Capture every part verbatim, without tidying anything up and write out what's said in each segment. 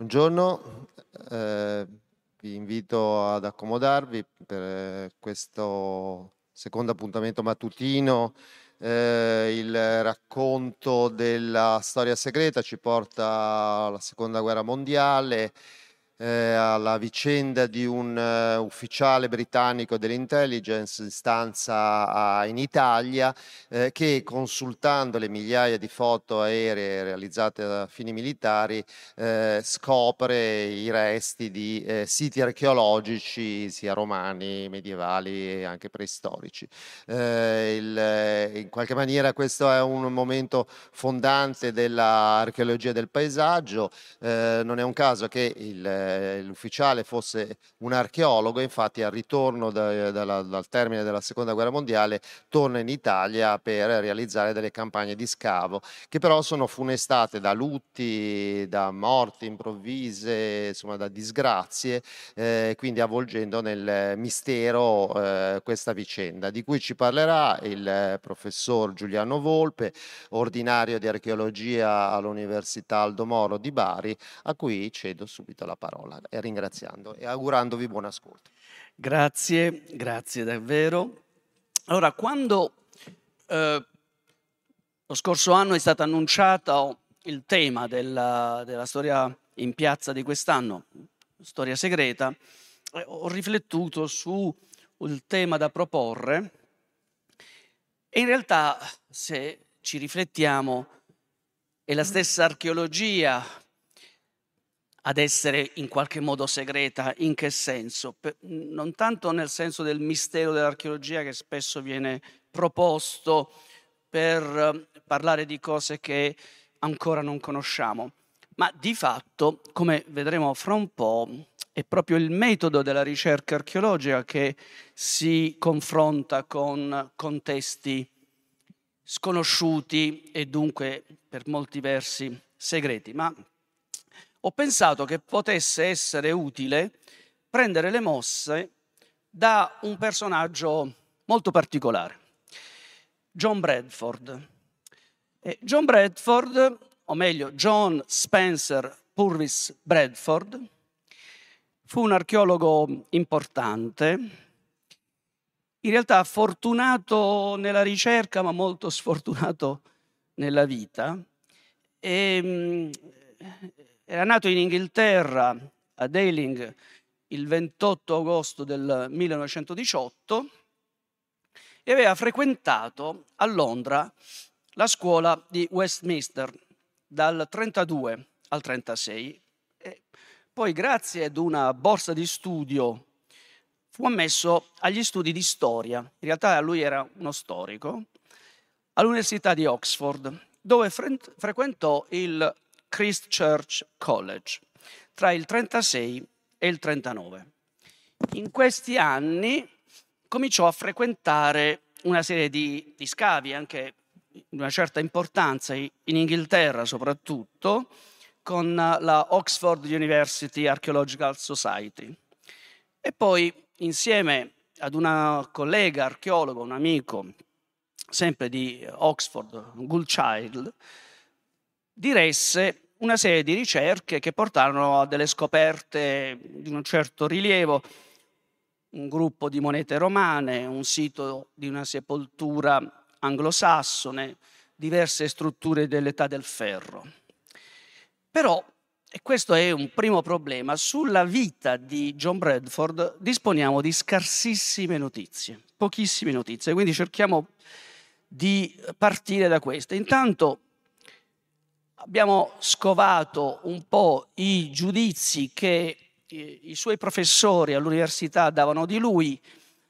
buongiorno, eh, vi invito ad accomodarvi per questo secondo appuntamento mattutino. Eh, il racconto della storia segreta ci porta alla Seconda Guerra Mondiale, eh, alla vicenda di un eh, ufficiale britannico dell'intelligence in stanza a- in Italia, eh, che consultando le migliaia di foto aeree realizzate da fini militari eh, scopre i resti di eh, siti archeologici sia romani, medievali e anche preistorici. Eh, il- in qualche maniera questo è un momento fondante dell'archeologia del paesaggio. Eh, non è un caso che il, eh, l'ufficiale fosse un archeologo, infatti al ritorno da- dalla- dal termine della Seconda Guerra Mondiale torna in Italia per realizzare delle campagne di scavo che però sono funestate da lutti, da morti improvvise, insomma da disgrazie, eh, quindi avvolgendo nel mistero eh, questa vicenda, di cui ci parlerà il eh, professor Giuliano Volpe, ordinario di archeologia all'Università Aldo Moro di Bari, a cui cedo subito la parola, e ringraziando e augurandovi buon ascolto. Grazie, grazie davvero. Allora, quando eh, lo scorso anno è stato annunciato il tema della, della storia in piazza di quest'anno, storia segreta, eh, ho riflettuto sul tema da proporre e in realtà, se ci riflettiamo, è la stessa archeologia ad essere in qualche modo segreta. In che senso? Per, non tanto nel senso del mistero dell'archeologia che spesso viene proposto per eh, parlare di cose che ancora non conosciamo, ma di fatto, come vedremo fra un po', è proprio il metodo della ricerca archeologica che si confronta con contesti sconosciuti e dunque per molti versi segreti. Ma ho pensato che potesse essere utile prendere le mosse da un personaggio molto particolare, John Bradford. E John Bradford, o meglio John Spencer Purvis Bradford, fu un archeologo importante, in realtà fortunato nella ricerca ma molto sfortunato nella vita. E, era nato in Inghilterra, ad Ealing, il ventotto agosto del millenovecentodiciotto e aveva frequentato a Londra la scuola di Westminster dal trentadue al trentasei. E poi, grazie ad una borsa di studio, fu ammesso agli studi di storia. In realtà lui era uno storico, all'Università di Oxford, dove fre- frequentò il Christ Church College tra il trentasei e il trentanove. In questi anni cominciò a frequentare una serie di, di scavi, anche di una certa importanza, in Inghilterra soprattutto, con la Oxford University Archaeological Society. E poi, insieme ad una collega archeologo, un amico, sempre di Oxford, Goulchild, diresse una serie di ricerche che portarono a delle scoperte di un certo rilievo: un gruppo di monete romane, un sito di una sepoltura anglosassone, diverse strutture dell'età del ferro. Però, e questo è un primo problema, sulla vita di John Bradford disponiamo di scarsissime notizie, pochissime notizie, quindi cerchiamo di partire da queste. Intanto abbiamo scovato un po' i giudizi che i suoi professori all'università davano di lui,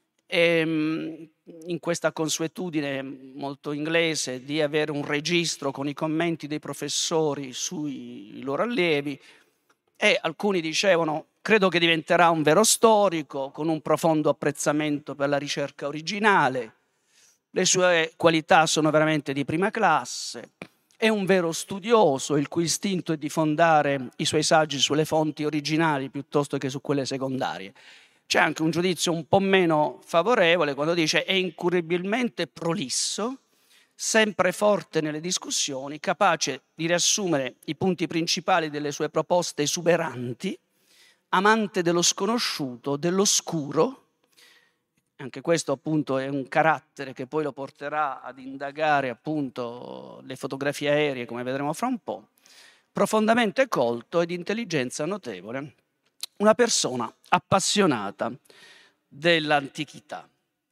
e in questa consuetudine molto inglese di avere un registro con i commenti dei professori sui loro allievi, e alcuni dicevano: credo che diventerà un vero storico con un profondo apprezzamento per la ricerca originale, le sue qualità sono veramente di prima classe, è un vero studioso il cui istinto è di fondare i suoi saggi sulle fonti originali piuttosto che su quelle secondarie. C'è anche un giudizio un po' meno favorevole quando dice: è incurrebilmente prolisso, sempre forte nelle discussioni, capace di riassumere i punti principali delle sue proposte esuberanti, amante dello sconosciuto, dell'oscuro. Anche questo appunto è un carattere che poi lo porterà ad indagare appunto le fotografie aeree, come vedremo fra un po', profondamente colto e di intelligenza notevole, una persona appassionata dell'antichità.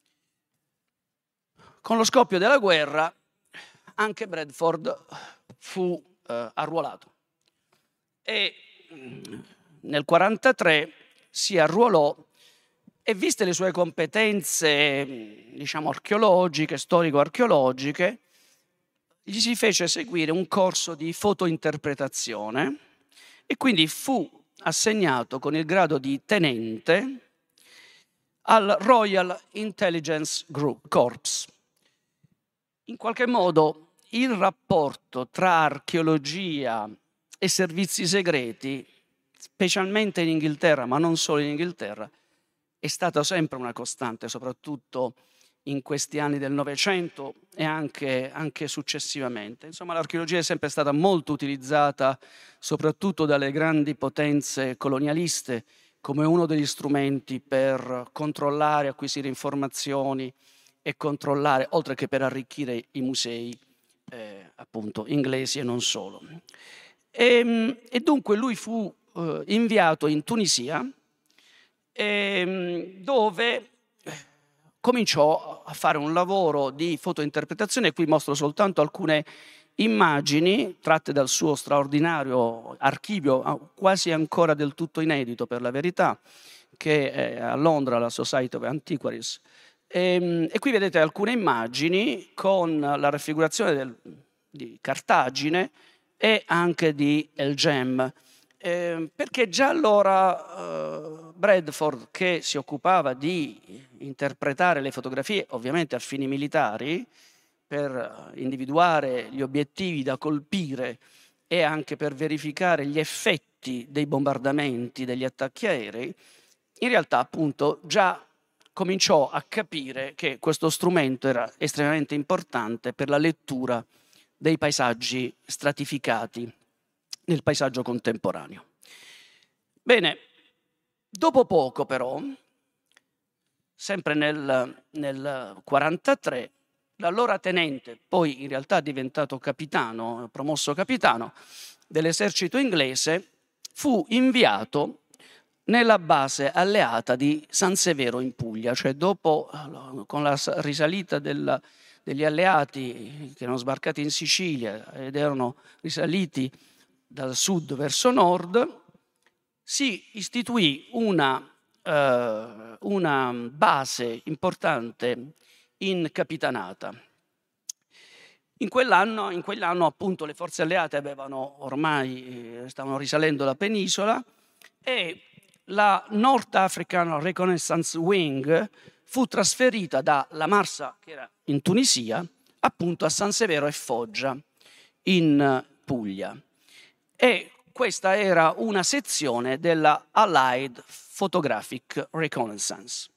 Con lo scoppio della guerra anche Bradford fu eh, arruolato e nel quarantatré si arruolò e, viste le sue competenze, diciamo, archeologiche, storico-archeologiche, gli si fece seguire un corso di fotointerpretazione e quindi fu assegnato con il grado di tenente al Royal Intelligence Group, Corps. In qualche modo il rapporto tra archeologia e servizi segreti, specialmente in Inghilterra, ma non solo in Inghilterra, è stata sempre una costante, soprattutto in questi anni del Novecento e anche, anche successivamente. Insomma, l'archeologia è sempre stata molto utilizzata, soprattutto dalle grandi potenze colonialiste, come uno degli strumenti per controllare, acquisire informazioni e controllare, oltre che per arricchire i musei, eh, appunto, inglesi e non solo. E, e dunque lui fu eh, inviato in Tunisia, dove cominciò a fare un lavoro di fotointerpretazione. Qui mostro soltanto alcune immagini tratte dal suo straordinario archivio, quasi ancora del tutto inedito per la verità, che è a Londra, la Society of Antiquaries. E, e qui vedete alcune immagini con la raffigurazione del, di Cartagine e anche di El Gem. Eh, perché già allora eh, Bradford, che si occupava di interpretare le fotografie, ovviamente a fini militari, per individuare gli obiettivi da colpire e anche per verificare gli effetti dei bombardamenti, degli attacchi aerei, in realtà appunto già cominciò a capire che questo strumento era estremamente importante per la lettura dei paesaggi stratificati nel paesaggio contemporaneo. Bene, dopo poco però, sempre nel, nel quarantatré, l'allora tenente, poi in realtà diventato capitano, promosso capitano dell'esercito inglese, fu inviato nella base alleata di San Severo in Puglia, cioè dopo, con la risalita del, degli alleati che erano sbarcati in Sicilia ed erano risaliti dal sud verso nord, si istituì una, eh, una base importante in Capitanata. In quell'anno, in quell'anno appunto le forze alleate avevano ormai, eh, stavano risalendo la penisola e la North African Reconnaissance Wing fu trasferita da La Marsa, che era in Tunisia, appunto a San Severo e Foggia, in Puglia. E questa era una sezione della Allied Photographic Reconnaissance.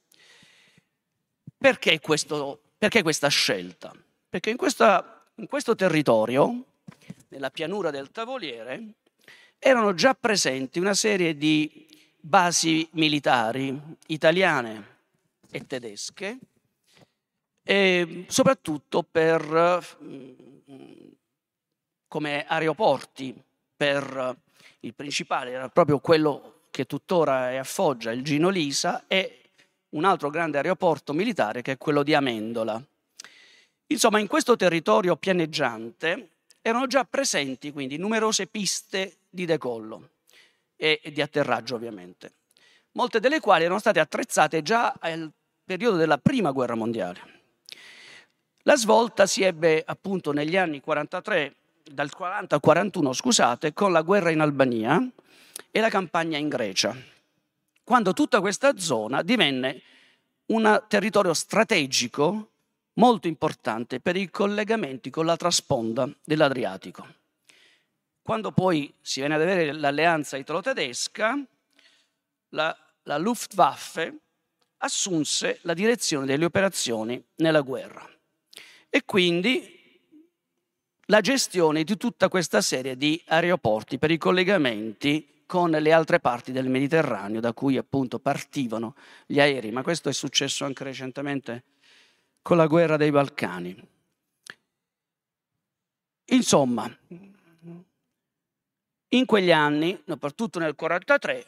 Perché, questo, perché questa scelta? Perché in, questa, in questo territorio, nella pianura del Tavoliere, erano già presenti una serie di basi militari italiane e tedesche, e soprattutto per, come aeroporti. Per il principale era proprio quello che tuttora è a Foggia, il Gino Lisa, e un altro grande aeroporto militare che è quello di Amendola. Insomma, in questo territorio pianeggiante erano già presenti quindi numerose piste di decollo e di atterraggio, ovviamente, molte delle quali erano state attrezzate già al periodo della Prima Guerra Mondiale. La svolta si ebbe appunto negli anni quarantatré, dal quaranta al quarantuno, scusate, con la guerra in Albania e la campagna in Grecia, quando tutta questa zona divenne un territorio strategico molto importante per i collegamenti con l'altra sponda dell'Adriatico. Quando poi si venne ad avere l'alleanza italo-tedesca, la, la Luftwaffe assunse la direzione delle operazioni nella guerra. E quindi la gestione di tutta questa serie di aeroporti per i collegamenti con le altre parti del Mediterraneo da cui appunto partivano gli aerei, ma questo è successo anche recentemente con la guerra dei Balcani. Insomma, in quegli anni, soprattutto nel millenovecentoquarantatré,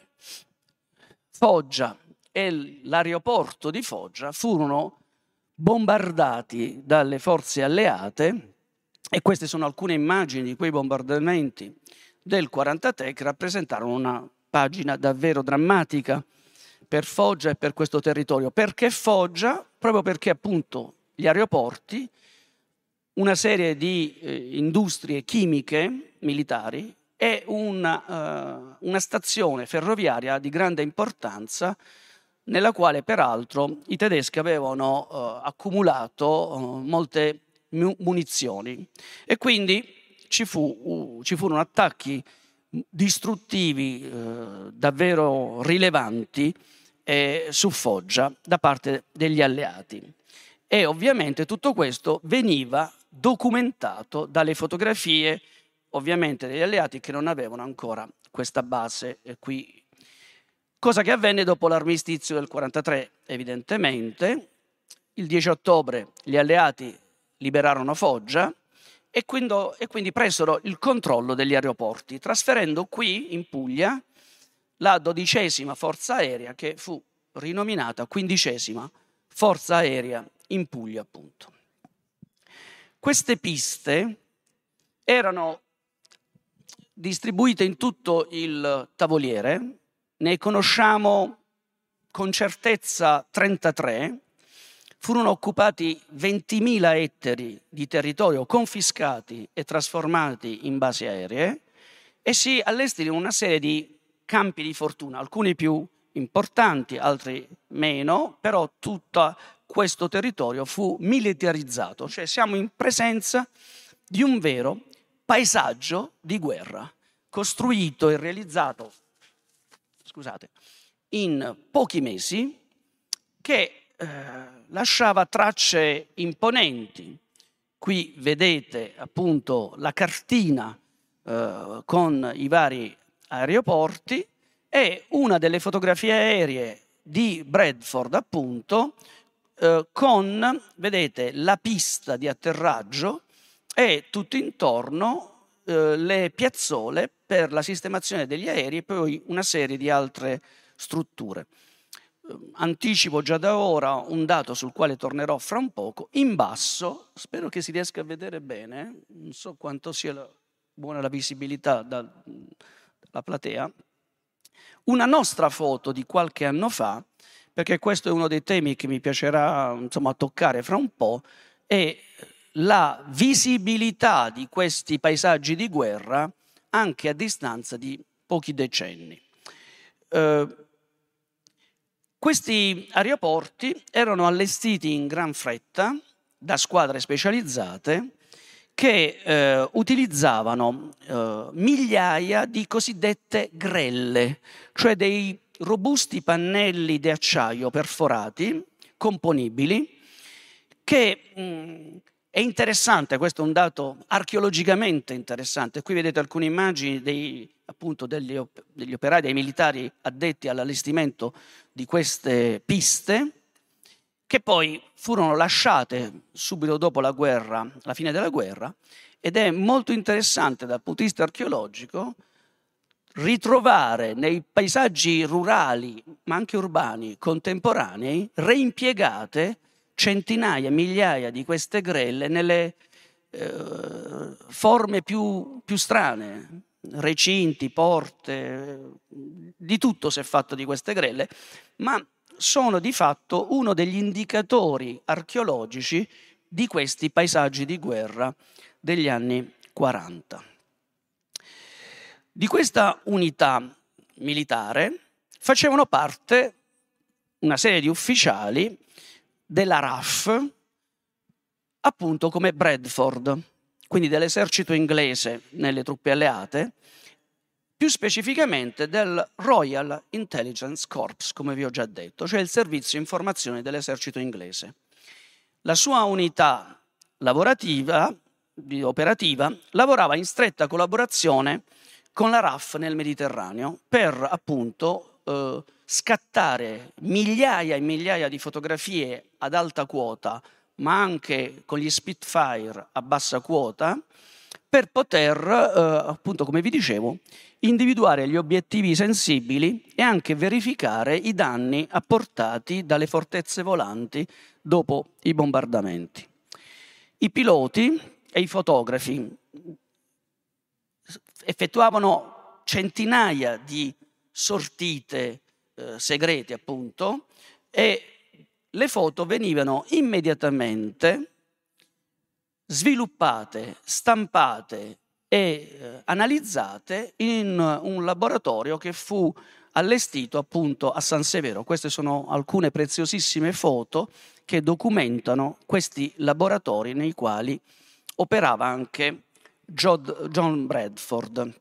Foggia e l'aeroporto di Foggia furono bombardati dalle forze alleate, e queste sono alcune immagini di quei bombardamenti del millenovecentoquarantatré che rappresentarono una pagina davvero drammatica per Foggia e per questo territorio. Perché Foggia? Proprio perché appunto gli aeroporti, una serie di eh, industrie chimiche militari e una, uh, una stazione ferroviaria di grande importanza nella quale peraltro i tedeschi avevano uh, accumulato uh, molte mu- munizioni e quindi ci, fu, uh, ci furono attacchi distruttivi uh, davvero rilevanti eh, su Foggia da parte degli alleati. E ovviamente tutto questo veniva documentato dalle fotografie ovviamente degli alleati che non avevano ancora questa base eh, qui. Cosa che avvenne dopo l'armistizio del millenovecentoquarantatré, evidentemente. Il dieci ottobre gli alleati liberarono Foggia e quindi, e quindi presero il controllo degli aeroporti, trasferendo qui in Puglia la dodicesima forza aerea che fu rinominata quindicesima forza aerea in Puglia, appunto. Queste piste erano distribuite in tutto il Tavoliere, ne conosciamo con certezza trentatré, furono occupati ventimila ettari di territorio confiscati e trasformati in basi aeree e si allestirono una serie di campi di fortuna, alcuni più importanti, altri meno, però tutto questo territorio fu militarizzato, cioè siamo in presenza di un vero paesaggio di guerra, costruito e realizzato, scusate, in pochi mesi, che eh, lasciava tracce imponenti. Qui vedete appunto la cartina eh, con i vari aeroporti e una delle fotografie aeree di Bradford, appunto, eh, con, vedete, la pista di atterraggio e tutto intorno eh, le piazzole per la sistemazione degli aerei e poi una serie di altre strutture. Eh, anticipo già da ora un dato sul quale tornerò fra un poco. In basso, spero che si riesca a vedere bene, non so quanto sia la, buona la visibilità dalla platea, una nostra foto di qualche anno fa, perché questo è uno dei temi che mi piacerà insomma toccare fra un po', è la visibilità di questi paesaggi di guerra anche a distanza di pochi decenni. Eh, questi aeroporti erano allestiti in gran fretta da squadre specializzate che eh, utilizzavano eh, migliaia di cosiddette grelle, cioè dei robusti pannelli di acciaio perforati, componibili, che mh, è interessante, questo è un dato archeologicamente interessante. Qui vedete alcune immagini dei, appunto, degli, op- degli operai, dei militari addetti all'allestimento di queste piste, che poi furono lasciate subito dopo la guerra, la fine della guerra, ed è molto interessante dal punto di vista archeologico ritrovare nei paesaggi rurali, ma anche urbani, contemporanei, reimpiegate centinaia, migliaia di queste grelle nelle eh, forme più, più strane, recinti, porte, di tutto si è fatto di queste grelle, ma sono di fatto uno degli indicatori archeologici di questi paesaggi di guerra degli anni quaranta. Di questa unità militare facevano parte una serie di ufficiali della R A F, appunto come Bradford, quindi dell'esercito inglese nelle truppe alleate, più specificamente del Royal Intelligence Corps, come vi ho già detto, cioè il servizio informazione dell'esercito inglese. La sua unità lavorativa di operativa, lavorava in stretta collaborazione con la R A F nel Mediterraneo per appunto eh, scattare migliaia e migliaia di fotografie ad alta quota, ma anche con gli Spitfire a bassa quota, per poter, eh, appunto come vi dicevo, individuare gli obiettivi sensibili e anche verificare i danni apportati dalle fortezze volanti dopo i bombardamenti. I piloti e i fotografi effettuavano centinaia di sortite eh, segrete, appunto, e le foto venivano immediatamente sviluppate, stampate e eh, analizzate in un laboratorio che fu allestito appunto a San Severo. Queste sono alcune preziosissime foto che documentano questi laboratori nei quali operava anche John Bradford.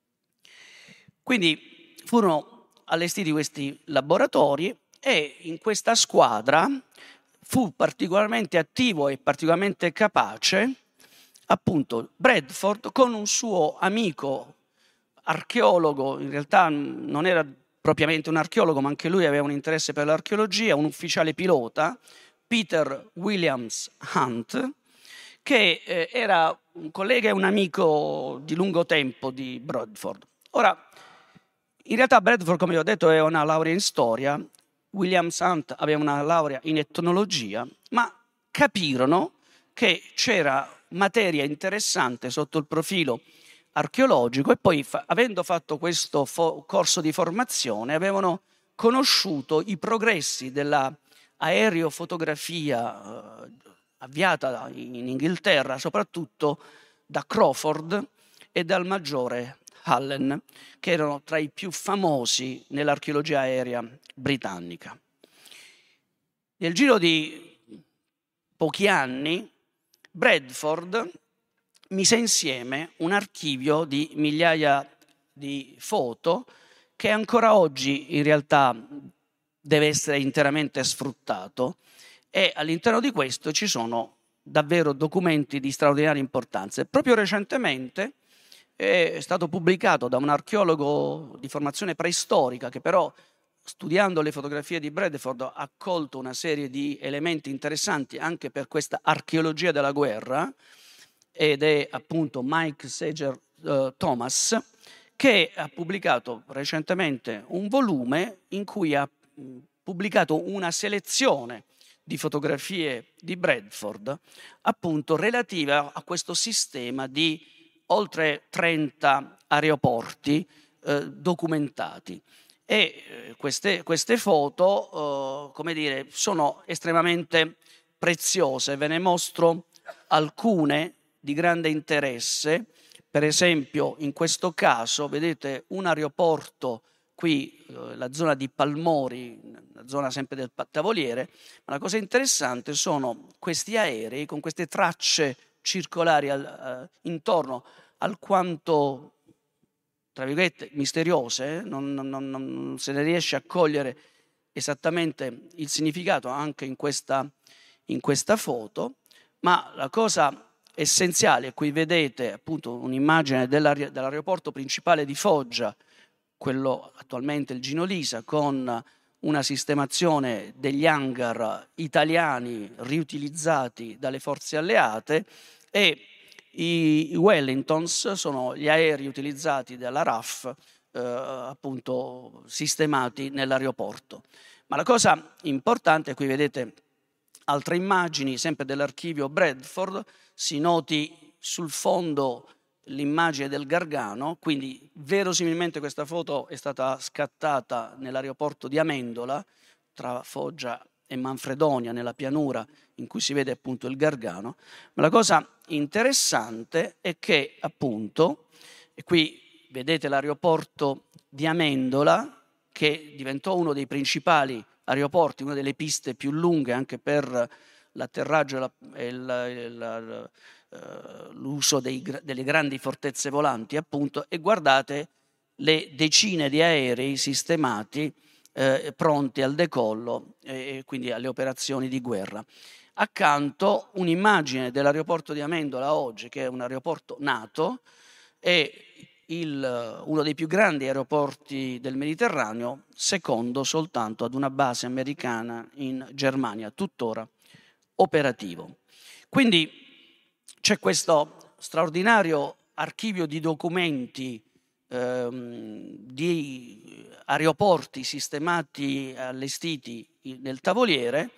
Quindi furono allestiti questi laboratori e in questa squadra fu particolarmente attivo e particolarmente capace appunto Bradford con un suo amico archeologo, in realtà non era propriamente un archeologo, ma anche lui aveva un interesse per l'archeologia, un ufficiale pilota, Peter Williams Hunt, che eh, era un collega e un amico di lungo tempo di Bradford. Ora, in realtà Bradford, come vi ho detto, aveva una laurea in storia, Williams Hunt aveva una laurea in etnologia, ma capirono che c'era materia interessante sotto il profilo archeologico e poi, fa, avendo fatto questo fo- corso di formazione, avevano conosciuto i progressi della aerofotografia eh, avviata in, in Inghilterra, soprattutto da Crawford e dal maggiore Allen, che erano tra i più famosi nell'archeologia aerea britannica. Nel giro di pochi anni, Bradford mise insieme un archivio di migliaia di foto che ancora oggi in realtà deve essere interamente sfruttato, e all'interno di questo ci sono davvero documenti di straordinaria importanza. Proprio recentemente è stato pubblicato da un archeologo di formazione preistorica che però, studiando le fotografie di Bradford, ha colto una serie di elementi interessanti anche per questa archeologia della guerra, ed è appunto Mike Seger uh, Thomas, che ha pubblicato recentemente un volume in cui ha mh, pubblicato una selezione di fotografie di Bradford, appunto relativa a questo sistema di oltre trenta aeroporti eh, documentati. E eh, queste, queste foto, eh, come dire, sono estremamente preziose. Ve ne mostro alcune di grande interesse. Per esempio, in questo caso, vedete un aeroporto qui, eh, la zona di Palmori, la zona sempre del Tavoliere, ma la cosa interessante sono questi aerei con queste tracce circolari al, uh, intorno alquanto, tra virgolette, misteriose, eh? non, non, non, non se ne riesce a cogliere esattamente il significato anche in questa, in questa foto, ma la cosa essenziale, qui vedete appunto un'immagine dell'aeroporto principale di Foggia, quello attualmente il Gino Lisa, con una sistemazione degli hangar italiani riutilizzati dalle forze alleate, e i Wellingtons sono gli aerei utilizzati dalla R A F, eh, appunto sistemati nell'aeroporto. Ma la cosa importante, qui vedete altre immagini sempre dell'archivio Bradford, si noti sul fondo l'immagine del Gargano, quindi verosimilmente questa foto è stata scattata nell'aeroporto di Amendola, tra Foggia e Manfredonia, nella pianura in cui si vede appunto il Gargano. Ma la cosa interessante è che appunto, e qui vedete l'aeroporto di Amendola, che diventò uno dei principali aeroporti, una delle piste più lunghe anche per l'atterraggio e, la, e la, e la, Uh, l'uso dei, delle grandi fortezze volanti, appunto, e guardate le decine di aerei sistemati eh, pronti al decollo e quindi alle operazioni di guerra. accanto un'immagine dell'aeroporto di Amendola oggi, che è un aeroporto NATO, è il, uno dei più grandi aeroporti del Mediterraneo, secondo soltanto ad una base americana in Germania, tuttora operativo. Quindi c'è questo straordinario archivio di documenti ehm, di aeroporti sistemati, allestiti nel Tavoliere,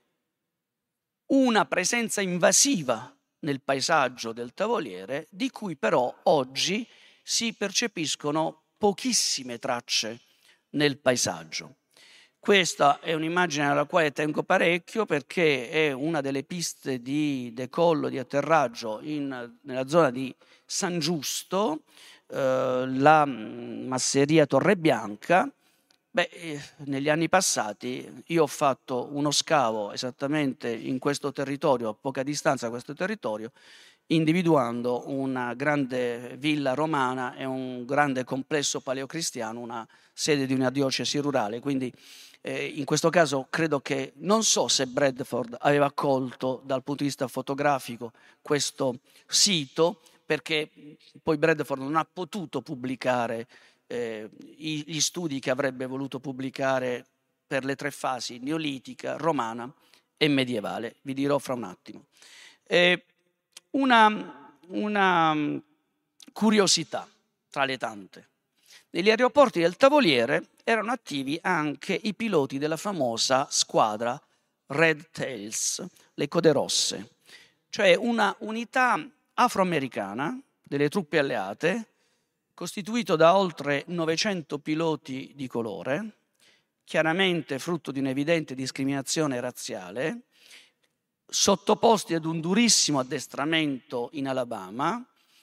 una presenza invasiva nel paesaggio del Tavoliere, di cui però oggi si percepiscono pochissime tracce nel paesaggio. Questa è un'immagine alla quale tengo parecchio, perché è una delle piste di decollo, di atterraggio in, nella zona di San Giusto, eh, la masseria Torrebianca. Beh, negli anni passati io ho fatto uno scavo esattamente in questo territorio, a poca distanza da questo territorio, individuando una grande villa romana e un grande complesso paleocristiano, una sede di una diocesi rurale. Quindi eh, in questo caso credo che, non so se Bradford aveva colto dal punto di vista fotografico questo sito, perché poi Bradford non ha potuto pubblicare eh, gli studi che avrebbe voluto pubblicare per le tre fasi, neolitica, romana e medievale. Vi dirò fra un attimo. Eh, una, una curiosità tra le tante. Negli aeroporti del Tavoliere erano attivi anche i piloti della famosa squadra Red Tails, le code rosse, cioè una unità afroamericana delle truppe alleate, costituito da oltre novecento piloti di colore, chiaramente frutto di un'evidente discriminazione razziale, sottoposti ad un durissimo addestramento in Alabama,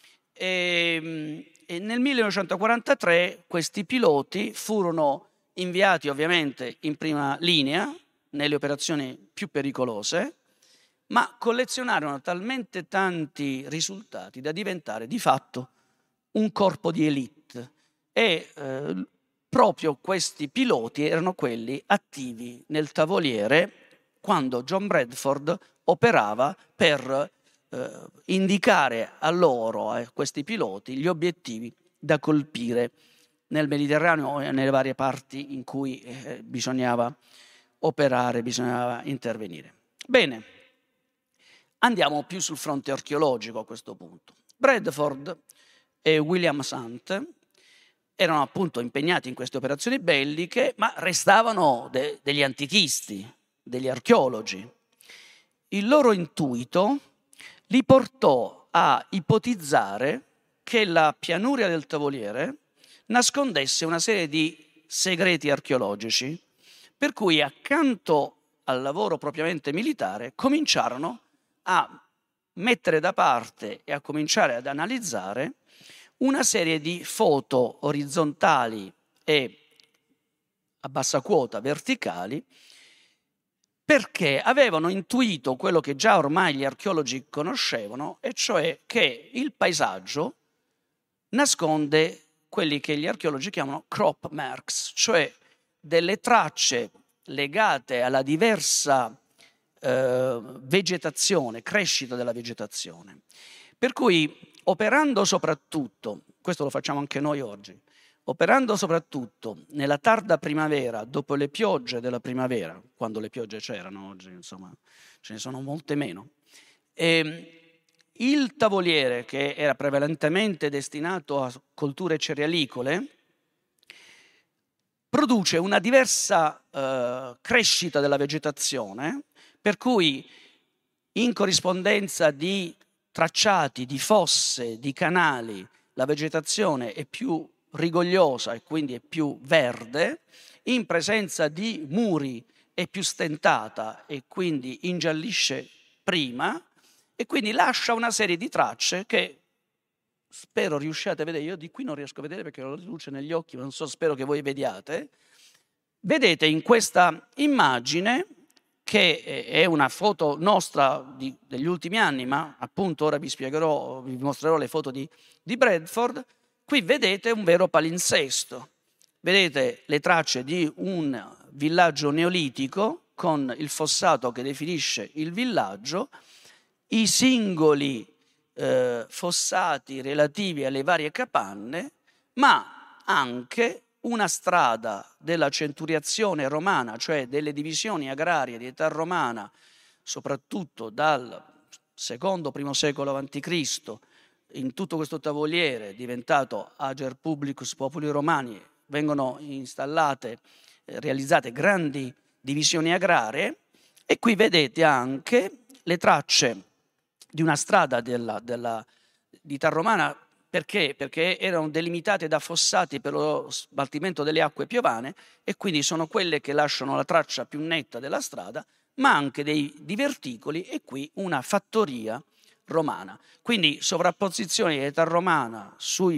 e, e nel millenovecentoquarantatré questi piloti furono inviati ovviamente in prima linea nelle operazioni più pericolose, ma collezionarono talmente tanti risultati da diventare di fatto un corpo di élite, e eh, proprio questi piloti erano quelli attivi nel Tavoliere quando John Bradford operava per eh, indicare a loro, a questi piloti, gli obiettivi da colpire nel Mediterraneo e nelle varie parti in cui eh, bisognava operare, bisognava intervenire. Bene, andiamo più sul fronte archeologico a questo punto. Bradford e William Hunt erano appunto impegnati in queste operazioni belliche, ma restavano de- degli antichisti, degli archeologi. Il loro intuito li portò a ipotizzare che la pianura del Tavoliere nascondesse una serie di segreti archeologici, per cui accanto al lavoro propriamente militare cominciarono a mettere da parte e a cominciare ad analizzare una serie di foto orizzontali e a bassa quota verticali, perché avevano intuito quello che già ormai gli archeologi conoscevano, e cioè che il paesaggio nasconde quelli che gli archeologi chiamano crop marks, cioè delle tracce legate alla diversa eh, vegetazione, crescita della vegetazione. Per cui, operando soprattutto, questo lo facciamo anche noi oggi, operando soprattutto nella tarda primavera, dopo le piogge della primavera, quando le piogge c'erano, oggi insomma ce ne sono molte meno, e il Tavoliere, che era prevalentemente destinato a colture cerealicole, produce una diversa eh, crescita della vegetazione, per cui in corrispondenza di tracciati, di fosse, di canali, la vegetazione è più rigogliosa e quindi è più verde, in presenza di muri è più stentata e quindi ingiallisce prima, e quindi lascia una serie di tracce che spero riusciate a vedere. Io di qui non riesco a vedere perché ho la luce negli occhi, ma non so, spero che voi vediate. Vedete in questa immagine, che è una foto nostra di, degli ultimi anni, ma appunto ora vi spiegherò, vi mostrerò le foto di, di Bradford. Qui vedete un vero palinsesto, vedete le tracce di un villaggio neolitico con il fossato che definisce il villaggio, i singoli eh, fossati relativi alle varie capanne, ma anche una strada della centuriazione romana, cioè delle divisioni agrarie di età romana, soprattutto dal secondo primo secolo avanti Cristo, in tutto questo tavoliere diventato Ager Publicus Populi Romani, vengono installate, eh, realizzate grandi divisioni agrarie, e qui vedete anche le tracce di una strada della, della, di età romana. Perché? Perché erano delimitate da fossati per lo smaltimento delle acque piovane, e quindi sono quelle che lasciano la traccia più netta della strada, ma anche dei diverticoli, e qui una fattoria romana. Quindi sovrapposizione di età romana sui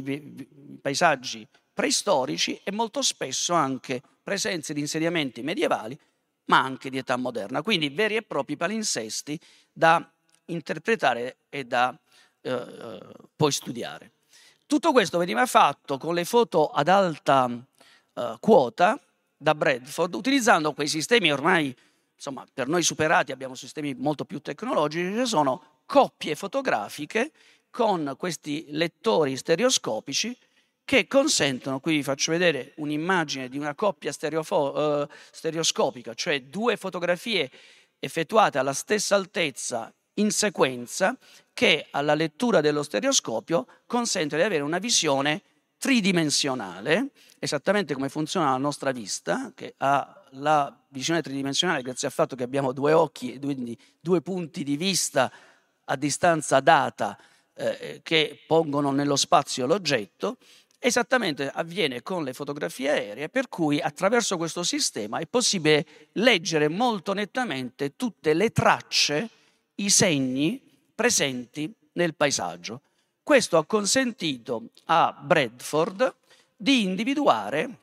paesaggi preistorici e molto spesso anche presenze di insediamenti medievali, ma anche di età moderna. Quindi veri e propri palinsesti da interpretare e da eh, poi studiare. Tutto questo veniva fatto con le foto ad alta eh, quota da Bradford, utilizzando quei sistemi ormai, insomma, per noi superati, abbiamo sistemi molto più tecnologici, che sono coppie fotografiche con questi lettori stereoscopici che consentono, qui vi faccio vedere un'immagine di una coppia stereofo, eh, stereoscopica, cioè due fotografie effettuate alla stessa altezza in sequenza, che alla lettura dello stereoscopio consente di avere una visione tridimensionale, esattamente come funziona la nostra vista, che ha la visione tridimensionale grazie al fatto che abbiamo due occhi e quindi due punti di vista a distanza data eh, che pongono nello spazio l'oggetto. Esattamente avviene con le fotografie aeree, per cui attraverso questo sistema è possibile leggere molto nettamente tutte le tracce, i segni presenti nel paesaggio. Questo ha consentito a Bradford di individuare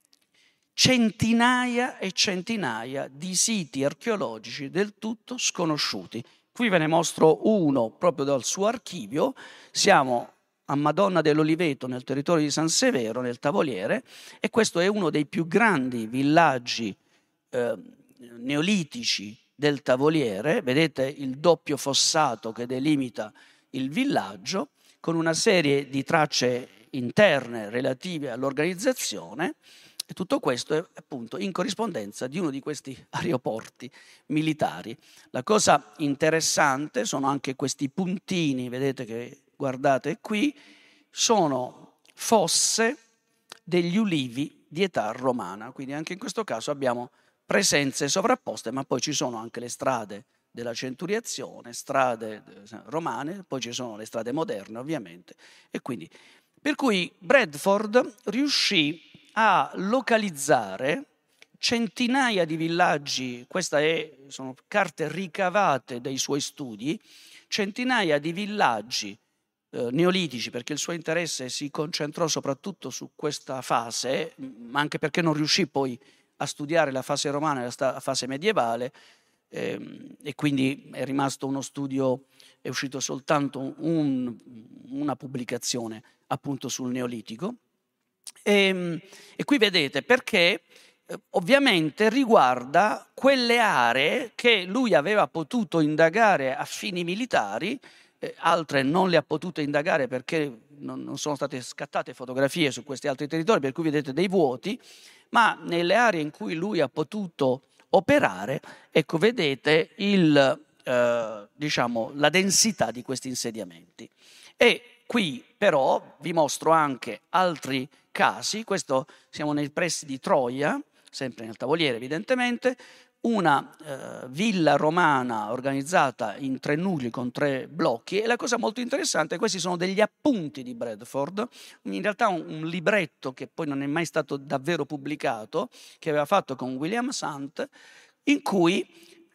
centinaia e centinaia di siti archeologici del tutto sconosciuti. Qui ve ne mostro uno proprio dal suo archivio. Siamo a Madonna dell'Oliveto, nel territorio di San Severo, nel Tavoliere, e questo è uno dei più grandi villaggi eh, neolitici del Tavoliere. Vedete il doppio fossato che delimita il villaggio, con una serie di tracce interne relative all'organizzazione, e tutto questo è appunto in corrispondenza di uno di questi aeroporti militari. La cosa interessante sono anche questi puntini, vedete che guardate qui, sono fosse degli ulivi di età romana, quindi anche in questo caso abbiamo presenze sovrapposte, ma poi ci sono anche le strade della centuriazione, strade romane, poi ci sono le strade moderne ovviamente, e quindi per cui Bradford riuscì a localizzare centinaia di villaggi. Queste sono carte ricavate dai suoi studi, centinaia di villaggi eh, neolitici, perché il suo interesse si concentrò soprattutto su questa fase, ma anche perché non riuscì poi a studiare la fase romana e la fase medievale, ehm, e quindi è rimasto uno studio, è uscito soltanto un, una pubblicazione appunto sul Neolitico. E, e qui vedete perché eh, ovviamente riguarda quelle aree che lui aveva potuto indagare a fini militari, eh, altre non le ha potute indagare perché non, non sono state scattate fotografie su questi altri territori, per cui vedete dei vuoti, ma nelle aree in cui lui ha potuto operare, ecco, vedete il, eh, diciamo, la densità di questi insediamenti. E qui però vi mostro anche altri casi. Questo siamo nei pressi di Troia, sempre nel Tavoliere evidentemente, una eh, villa romana organizzata in tre nuclei con tre blocchi, e la cosa molto interessante, questi sono degli appunti di Bradford, in realtà un, un libretto che poi non è mai stato davvero pubblicato, che aveva fatto con William Sant, in cui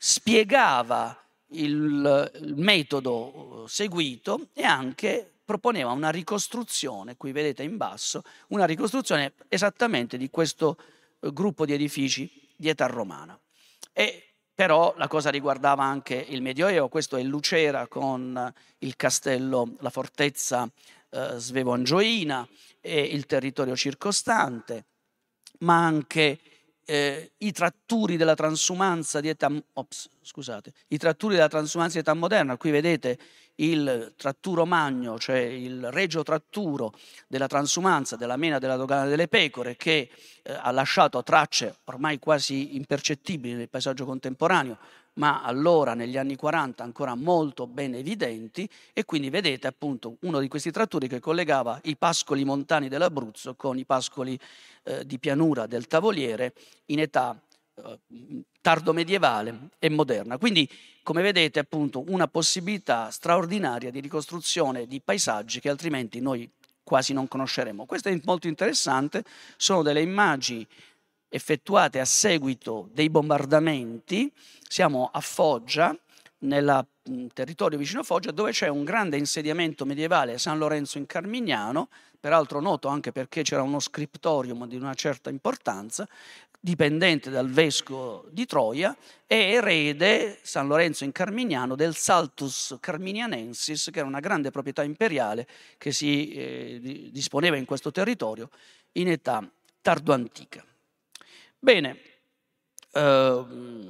spiegava il, il metodo seguito e anche proponeva una ricostruzione, qui vedete in basso, una ricostruzione esattamente di questo gruppo di edifici di età romana. E però la cosa riguardava anche il Medioevo. Questo è Lucera con il castello, la fortezza eh, Svevo-Angioina e il territorio circostante, ma anche eh, i tratturi della transumanza di età, ops, scusate, i tratturi della transumanza di età moderna. Qui vedete il tratturo magno, cioè il regio tratturo della transumanza, della mena della dogana delle pecore, che eh, ha lasciato tracce ormai quasi impercettibili nel paesaggio contemporaneo, ma allora negli anni quaranta ancora molto ben evidenti, e quindi vedete appunto uno di questi tratturi che collegava i pascoli montani dell'Abruzzo con i pascoli eh, di pianura del Tavoliere in età eh, tardomedievale e moderna. Quindi, come vedete, appunto una possibilità straordinaria di ricostruzione di paesaggi che altrimenti noi quasi non conosceremo. Questo è molto interessante, sono delle immagini effettuate a seguito dei bombardamenti. Siamo a Foggia, nel territorio vicino a Foggia, dove c'è un grande insediamento medievale a San Lorenzo in Carmignano, peraltro noto anche perché c'era uno scriptorium di una certa importanza, dipendente dal vescovo di Troia e erede, San Lorenzo in Carmignano, del Saltus Carminianensis, che era una grande proprietà imperiale che si eh, disponeva in questo territorio in età tardoantica. Bene, eh,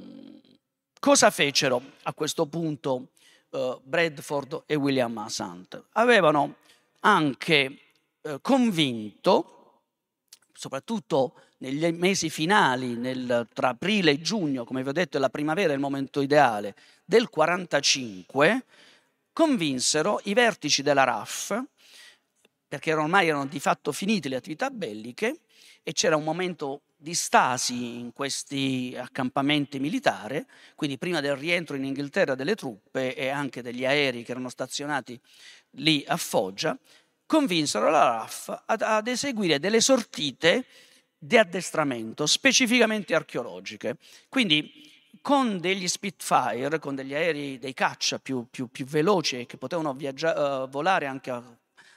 cosa fecero a questo punto eh, Bradford e William Hunt? Avevano anche eh, convinto, soprattutto negli mesi finali, nel, tra aprile e giugno, come vi ho detto, la primavera è il momento ideale, del quarantacinque, convinsero i vertici della R A F, perché ormai erano di fatto finite le attività belliche e c'era un momento di stasi in questi accampamenti militari, quindi prima del rientro in Inghilterra delle truppe e anche degli aerei che erano stazionati lì a Foggia, convinsero la R A F ad, ad eseguire delle sortite di addestramento specificamente archeologiche. Quindi con degli Spitfire, con degli aerei, dei caccia più, più, più veloci e che potevano viaggiare, uh, volare anche a,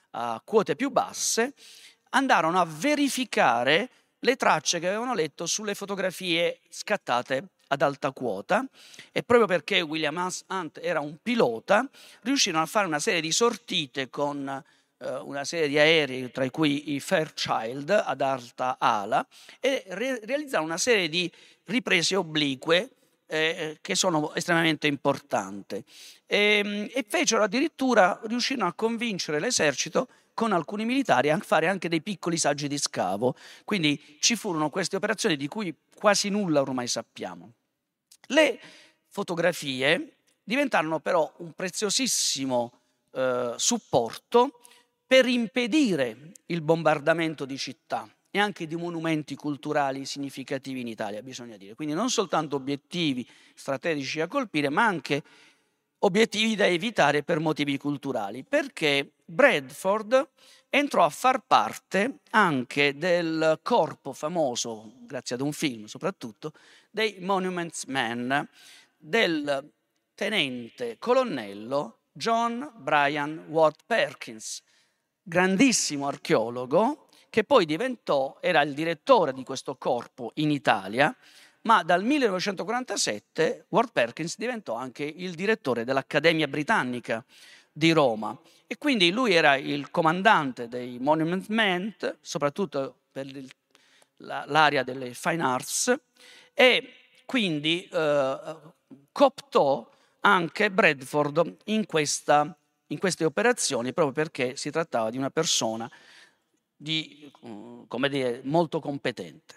a quote più basse, andarono a verificare le tracce che avevano letto sulle fotografie scattate ad alta quota, e proprio perché William Hunt era un pilota, riuscirono a fare una serie di sortite con eh, una serie di aerei, tra cui i Fairchild ad alta ala, e re- realizzarono una serie di riprese oblique eh, che sono estremamente importanti. E, e fecero addirittura, riuscirono a convincere l'esercito con alcuni militari a fare anche dei piccoli saggi di scavo. Quindi ci furono queste operazioni di cui quasi nulla ormai sappiamo. Le fotografie diventarono però un preziosissimo eh, supporto per impedire il bombardamento di città e anche di monumenti culturali significativi in Italia, bisogna dire. Quindi non soltanto obiettivi strategici a colpire, ma anche obiettivi da evitare per motivi culturali, perché Bradford entrò a far parte anche del corpo famoso, grazie ad un film soprattutto, dei Monuments Men, del tenente colonnello John Bryan Ward Perkins, grandissimo archeologo che poi diventò, era il direttore di questo corpo in Italia, ma dal millenovecentoquarantasette Ward Perkins diventò anche il direttore dell'Accademia Britannica di Roma, e quindi lui era il comandante dei Monument Men, soprattutto per il, la, l'area delle Fine Arts, e quindi eh, cooptò anche Bradford in, questa, in queste operazioni, proprio perché si trattava di una persona di, come dire, molto competente.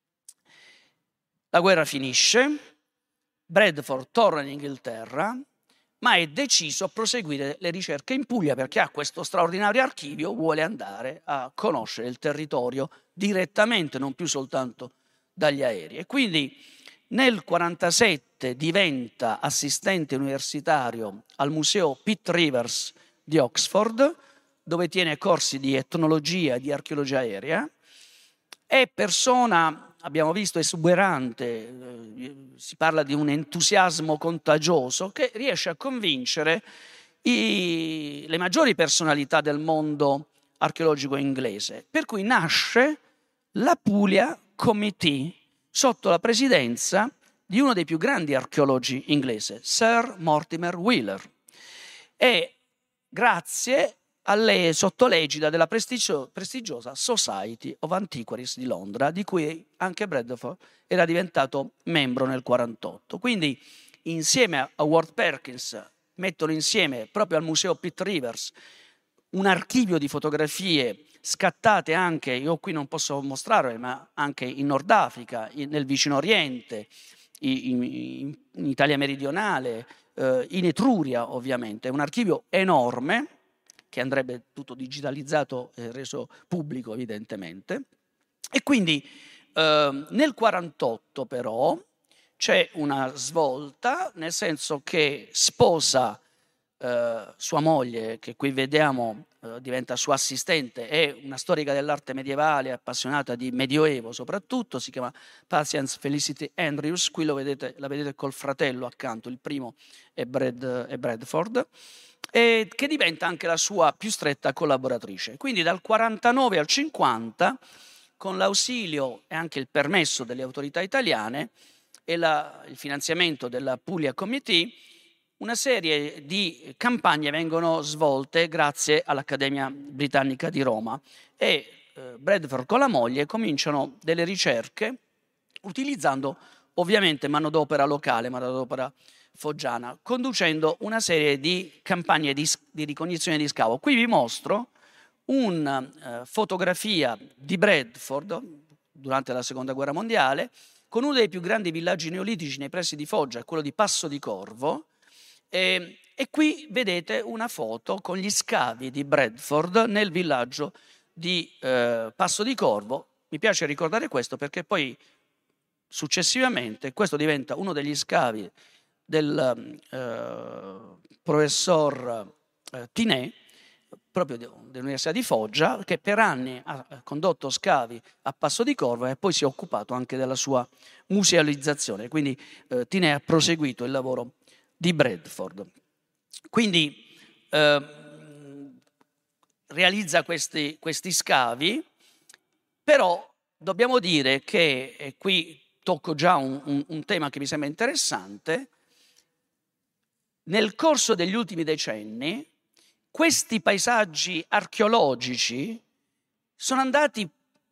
La guerra finisce, Bradford torna in Inghilterra, ma è deciso a proseguire le ricerche in Puglia perché ha questo straordinario archivio, vuole andare a conoscere il territorio direttamente, non più soltanto dagli aerei. E quindi nel quarantasette diventa assistente universitario al Museo Pitt Rivers di Oxford, dove tiene corsi di etnologia e di archeologia aerea. È persona, abbiamo visto, esuberante, eh, si parla di un entusiasmo contagioso che riesce a convincere i, le maggiori personalità del mondo archeologico inglese, per cui nasce la Puglia Committee sotto la presidenza di uno dei più grandi archeologi inglesi, Sir Mortimer Wheeler. E grazie alle, sotto l'egida della prestigio, prestigiosa Society of Antiquaries di Londra, di cui anche Bradford era diventato membro nel quarantotto. Quindi insieme a Ward Perkins mettono insieme proprio al Museo Pitt Rivers un archivio di fotografie scattate anche, io qui non posso mostrarle, ma anche in Nord Africa, in, nel Vicino Oriente, in, in, in Italia meridionale, eh, in Etruria ovviamente. È un archivio enorme che andrebbe tutto digitalizzato e reso pubblico evidentemente. E quindi eh, nel quarantotto però c'è una svolta, nel senso che sposa eh, sua moglie, che qui vediamo eh, diventa sua assistente, è una storica dell'arte medievale, appassionata di Medioevo soprattutto, si chiama Patience Felicity Andrews, qui lo vedete, la vedete col fratello accanto, il primo è, Brad, è Bradford, e che diventa anche la sua più stretta collaboratrice. Quindi dal quarantanove al cinquanta, con l'ausilio e anche il permesso delle autorità italiane e la, il finanziamento della Puglia Committee, una serie di campagne vengono svolte grazie all'Accademia Britannica di Roma e eh, Bradford con la moglie cominciano delle ricerche utilizzando ovviamente manodopera locale, manodopera foggiana, conducendo una serie di campagne di, di ricognizione di scavo. Qui vi mostro una eh, fotografia di Bradford durante la Seconda Guerra Mondiale con uno dei più grandi villaggi neolitici nei pressi di Foggia, quello di Passo di Corvo, e, e qui vedete una foto con gli scavi di Bradford nel villaggio di eh, Passo di Corvo. Mi piace ricordare questo perché poi successivamente questo diventa uno degli scavi del eh, professor eh, Tinè, proprio dell'Università di Foggia, che per anni ha condotto scavi a Passo di Corvo e poi si è occupato anche della sua musealizzazione. Quindi eh, Tinè ha proseguito il lavoro di Bradford. Quindi eh, realizza questi, questi scavi, però dobbiamo dire che, e qui tocco già un, un, un tema che mi sembra interessante, nel corso degli ultimi decenni questi paesaggi archeologici sono andati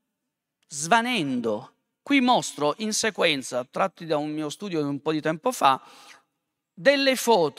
svanendo. Qui mostro in sequenza, tratti da un mio studio di un po' di tempo fa, delle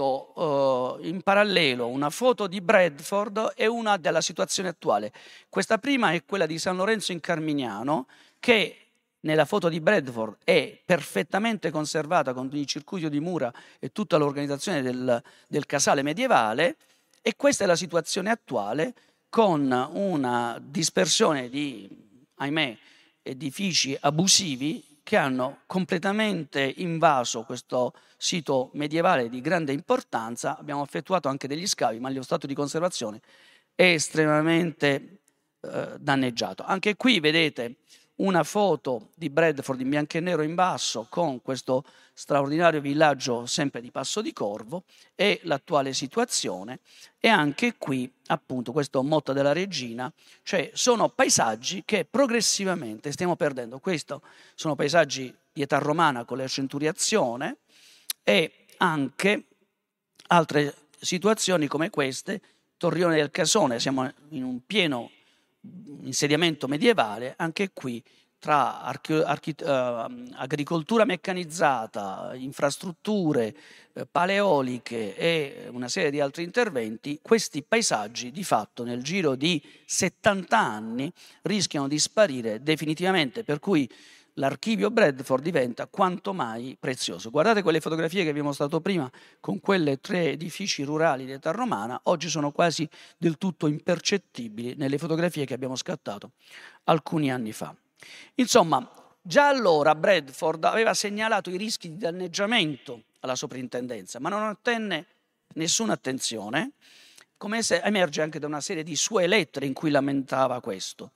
foto eh, in parallelo, una foto di Bradford e una della situazione attuale. Questa prima è quella di San Lorenzo in Carmignano, che nella foto di Bradford è perfettamente conservata con il circuito di mura e tutta l'organizzazione del, del casale medievale, e questa è la situazione attuale con una dispersione di, ahimè, edifici abusivi che hanno completamente invaso questo sito medievale di grande importanza. Abbiamo effettuato anche degli scavi, ma lo stato di conservazione è estremamente eh, danneggiato. Anche qui vedete una foto di Bradford in bianco e nero in basso con questo straordinario villaggio sempre di Passo di Corvo e l'attuale situazione, e anche qui appunto questo Motta della Regina, cioè sono paesaggi che progressivamente stiamo perdendo. Questi sono paesaggi di età romana con la centuriazione e anche altre situazioni come queste, Torrione del Casone, siamo in un pieno insediamento medievale, anche qui tra archi- archi- uh, agricoltura meccanizzata, infrastrutture uh, paleoliche e una serie di altri interventi, questi paesaggi di fatto nel giro di settanta anni rischiano di sparire definitivamente, per cui l'archivio Bradford diventa quanto mai prezioso. Guardate quelle fotografie che vi ho mostrato prima con quelle tre edifici rurali di età romana, oggi sono quasi del tutto impercettibili nelle fotografie che abbiamo scattato alcuni anni fa. Insomma, già allora Bradford aveva segnalato i rischi di danneggiamento alla soprintendenza, ma non ottenne nessuna attenzione, come emerge anche da una serie di sue lettere in cui lamentava questo.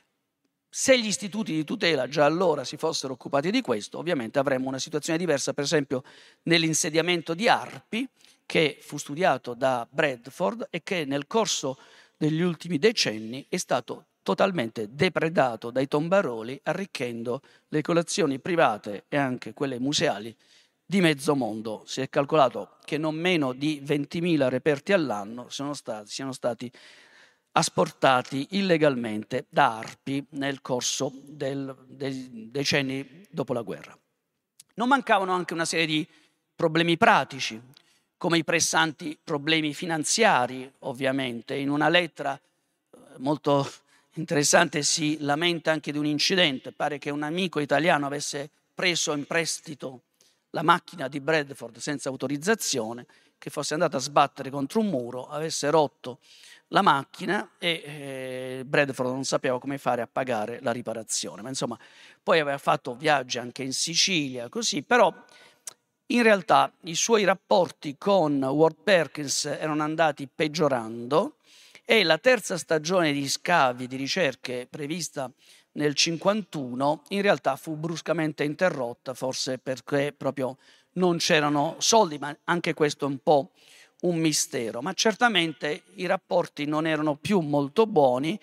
Se gli istituti di tutela già allora si fossero occupati di questo, ovviamente avremmo una situazione diversa, per esempio nell'insediamento di Arpi, che fu studiato da Bradford e che nel corso degli ultimi decenni è stato totalmente depredato dai tombaroli, arricchendo le collezioni private e anche quelle museali di mezzo mondo. Si è calcolato che non meno di ventimila reperti all'anno sono stati, siano stati asportati illegalmente da arpi nel corso del, dei decenni dopo la guerra. Non mancavano anche una serie di problemi pratici, come i pressanti problemi finanziari, ovviamente. In una lettera molto interessante si lamenta anche di un incidente. Pare che un amico italiano avesse preso in prestito la macchina di Bradford senza autorizzazione, che fosse andato a sbattere contro un muro, avesse rotto la macchina e eh, Bradford non sapeva come fare a pagare la riparazione. Ma insomma, poi aveva fatto viaggi anche in Sicilia, così, però in realtà i suoi rapporti con Ward Perkins erano andati peggiorando e la terza stagione di scavi, di ricerche prevista nel cinquantuno, in realtà fu bruscamente interrotta, forse perché proprio non c'erano soldi, ma anche questo è un po' un mistero. Ma certamente i rapporti non erano più molto buoni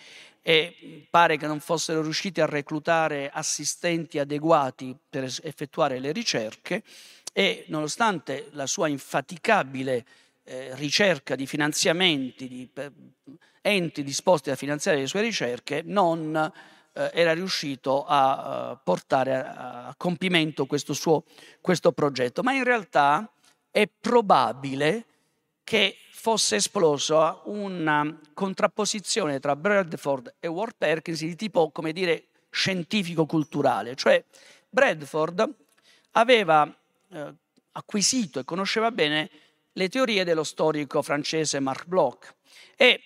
e pare che non fossero riusciti a reclutare assistenti adeguati per effettuare le ricerche e nonostante la sua infaticabile eh, ricerca di finanziamenti, di per, enti disposti a finanziare le sue ricerche, non eh, era riuscito a, a portare a, a compimento questo suo questo progetto. Ma in realtà è probabile che fosse esplosa una contrapposizione tra Bradford e Ward Perkins di tipo, come dire, scientifico-culturale. Cioè Bradford aveva eh, acquisito e conosceva bene le teorie dello storico francese Marc Bloch e,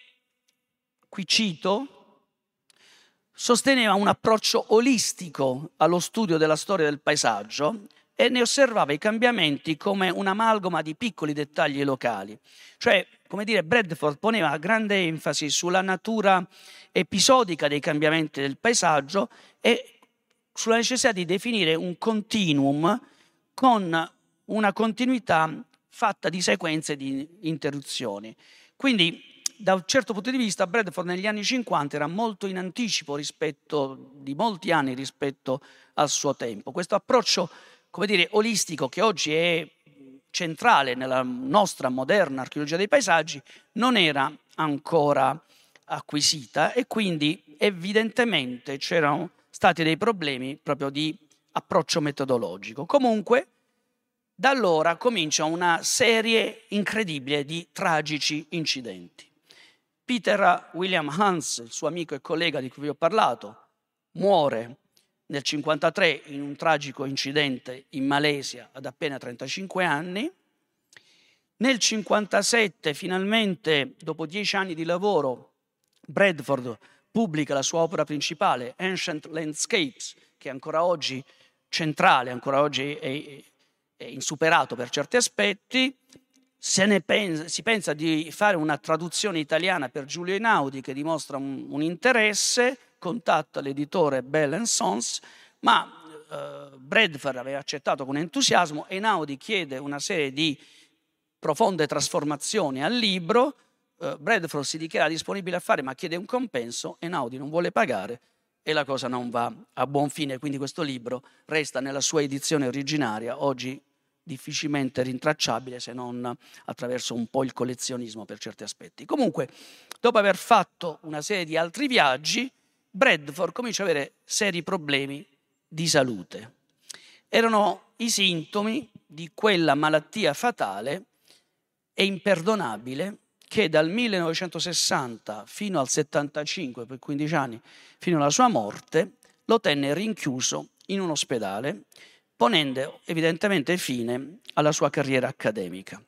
qui cito, sosteneva un approccio olistico allo studio della storia del paesaggio e ne osservava i cambiamenti come un'amalgama di piccoli dettagli locali. Cioè, come dire, Bradford poneva grande enfasi sulla natura episodica dei cambiamenti del paesaggio e sulla necessità di definire un continuum con una continuità fatta di sequenze di interruzioni. Quindi, da un certo punto di vista, Bradford negli anni cinquanta era molto in anticipo rispetto, di molti anni rispetto al suo tempo. Questo approccio, come dire, olistico, che oggi è centrale nella nostra moderna archeologia dei paesaggi, non era ancora acquisita e quindi evidentemente c'erano stati dei problemi proprio di approccio metodologico. Comunque, da allora comincia una serie incredibile di tragici incidenti. Peter William Hans, il suo amico e collega di cui vi ho parlato, muore nel cinquantatré in un tragico incidente in Malesia ad appena trentacinque anni. Nel cinquantasette, finalmente, dopo dieci anni di lavoro, Bradford pubblica la sua opera principale, Ancient Landscapes, che ancora oggi centrale, ancora oggi è, è insuperato per certi aspetti. Se ne pensa, si pensa di fare una traduzione italiana per Giulio Einaudi che dimostra un, un interesse, contatta l'editore Bell and Sons, ma eh, Bradford aveva accettato con entusiasmo. Einaudi chiede una serie di profonde trasformazioni al libro, eh, Bradford si dichiara disponibile a fare ma chiede un compenso, Einaudi non vuole pagare e la cosa non va a buon fine, quindi questo libro resta nella sua edizione originaria, oggi difficilmente rintracciabile se non attraverso un po' il collezionismo per certi aspetti. Comunque, dopo aver fatto una serie di altri viaggi, Bradford comincia ad avere seri problemi di salute. Erano i sintomi di quella malattia fatale e imperdonabile che dal millenovecentosessanta fino al settantacinque, per quindici anni, fino alla sua morte, lo tenne rinchiuso in un ospedale, ponendo evidentemente fine alla sua carriera accademica.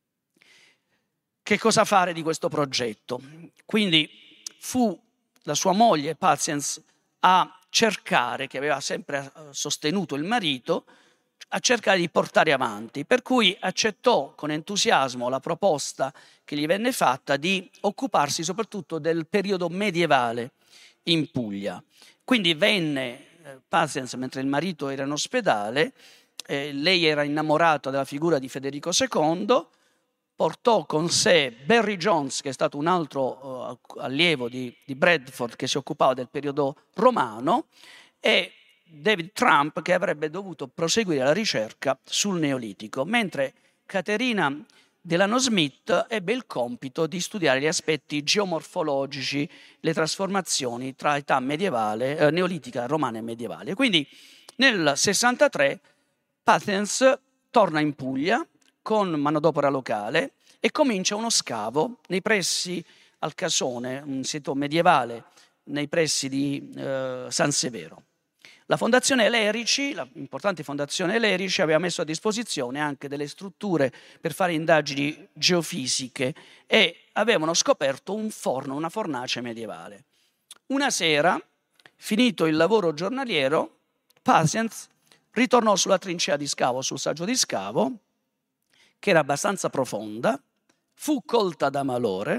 Che cosa fare di questo progetto? Quindi fu la sua moglie, Patience, a cercare, che aveva sempre sostenuto il marito, a cercare di portare avanti, per cui accettò con entusiasmo la proposta che gli venne fatta di occuparsi soprattutto del periodo medievale in Puglia. Quindi venne eh, Patience mentre il marito era in ospedale, eh, lei era innamorata della figura di Federico secondo, portò con sé Barry Jones, che è stato un altro uh, allievo di, di Bradford che si occupava del periodo romano, e David Trump, che avrebbe dovuto proseguire la ricerca sul Neolitico, mentre Caterina Delano Smith ebbe il compito di studiare gli aspetti geomorfologici, le trasformazioni tra età medievale, eh, neolitica, romana e medievale. Quindi nel sessantatré Pathians torna in Puglia con manodopera locale e comincia uno scavo nei pressi al Casone, un sito medievale nei pressi di eh, San Severo. La Fondazione Lerici, l'importante Fondazione Lerici, aveva messo a disposizione anche delle strutture per fare indagini geofisiche e avevano scoperto un forno, una fornace medievale. Una sera, finito il lavoro giornaliero, Pathians ritornò sulla trincea di scavo, sul saggio di scavo, che era abbastanza profonda, fu colta da malore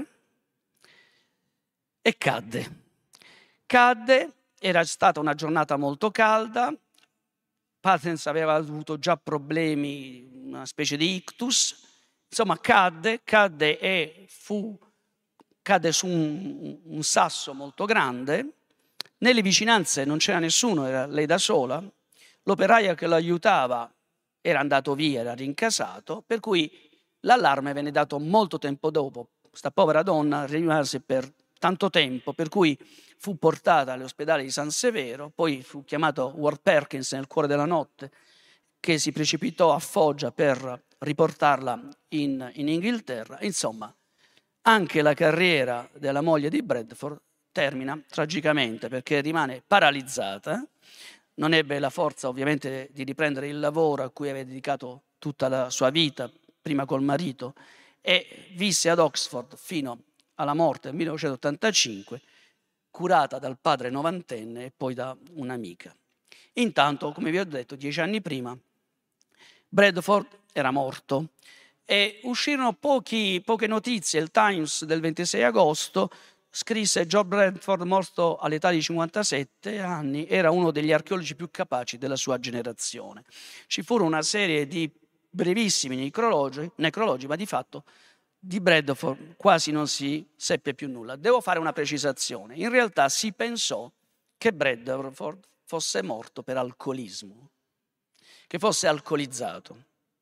e cadde. Cadde. Era stata una giornata molto calda, Pathians aveva avuto già problemi, una specie di ictus, insomma cadde, cadde e fu, cadde su un, un sasso molto grande, nelle vicinanze non c'era nessuno, era lei da sola, l'operaio che lo aiutava era andato via, era rincasato, per cui l'allarme venne dato molto tempo dopo, questa povera donna rimase per tanto tempo, per cui fu portata all'ospedale di San Severo, poi fu chiamato Ward Perkins nel cuore della notte, che si precipitò a Foggia per riportarla in, in Inghilterra. Insomma, anche la carriera della moglie di Bradford termina tragicamente perché rimane paralizzata, non ebbe la forza ovviamente di riprendere il lavoro a cui aveva dedicato tutta la sua vita, prima col marito, e visse ad Oxford fino alla morte nel millenovecentottantacinque, curata dal padre novantenne e poi da un'amica. Intanto, come vi ho detto, dieci anni prima, Bradford era morto e uscirono pochi, poche notizie. Il Times del ventisei agosto scrisse: George Bradford, morto all'età di cinquantasette anni, era uno degli archeologi più capaci della sua generazione. Ci furono una serie di brevissimi necrologi, necrologi ma di fatto di Bradford quasi non si seppe più nulla. Devo fare una precisazione. In realtà si pensò che Bradford fosse morto per alcolismo, che fosse alcolizzato.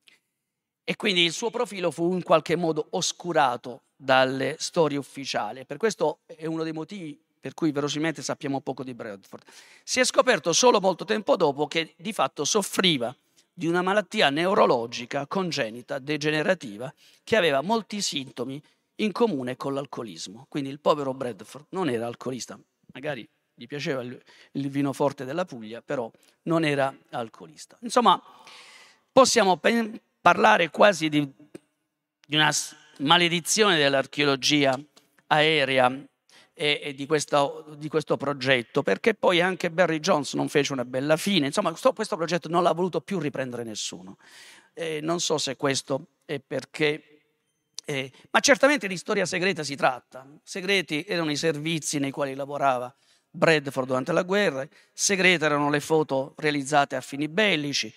E quindi il suo profilo fu in qualche modo oscurato dalle storie ufficiali. Per questo è uno dei motivi per cui verosimilmente sappiamo poco di Bradford. Si è scoperto solo molto tempo dopo che di fatto soffriva di una malattia neurologica congenita, degenerativa, che aveva molti sintomi in comune con l'alcolismo. Quindi il povero Bradford non era alcolista, magari gli piaceva il, il vino forte della Puglia, però non era alcolista. Insomma, possiamo pen- parlare quasi di, di una maledizione dell'archeologia aerea e, e di, questo, di questo progetto, perché poi anche Barry Jones non fece una bella fine. Insomma, questo, questo progetto non l'ha voluto più riprendere nessuno. Eh, non so se questo è perché... Eh, ma certamente di storia segreta si tratta. Segreti erano i servizi nei quali lavorava Bradford durante la guerra, segrete erano le foto realizzate a fini bellici,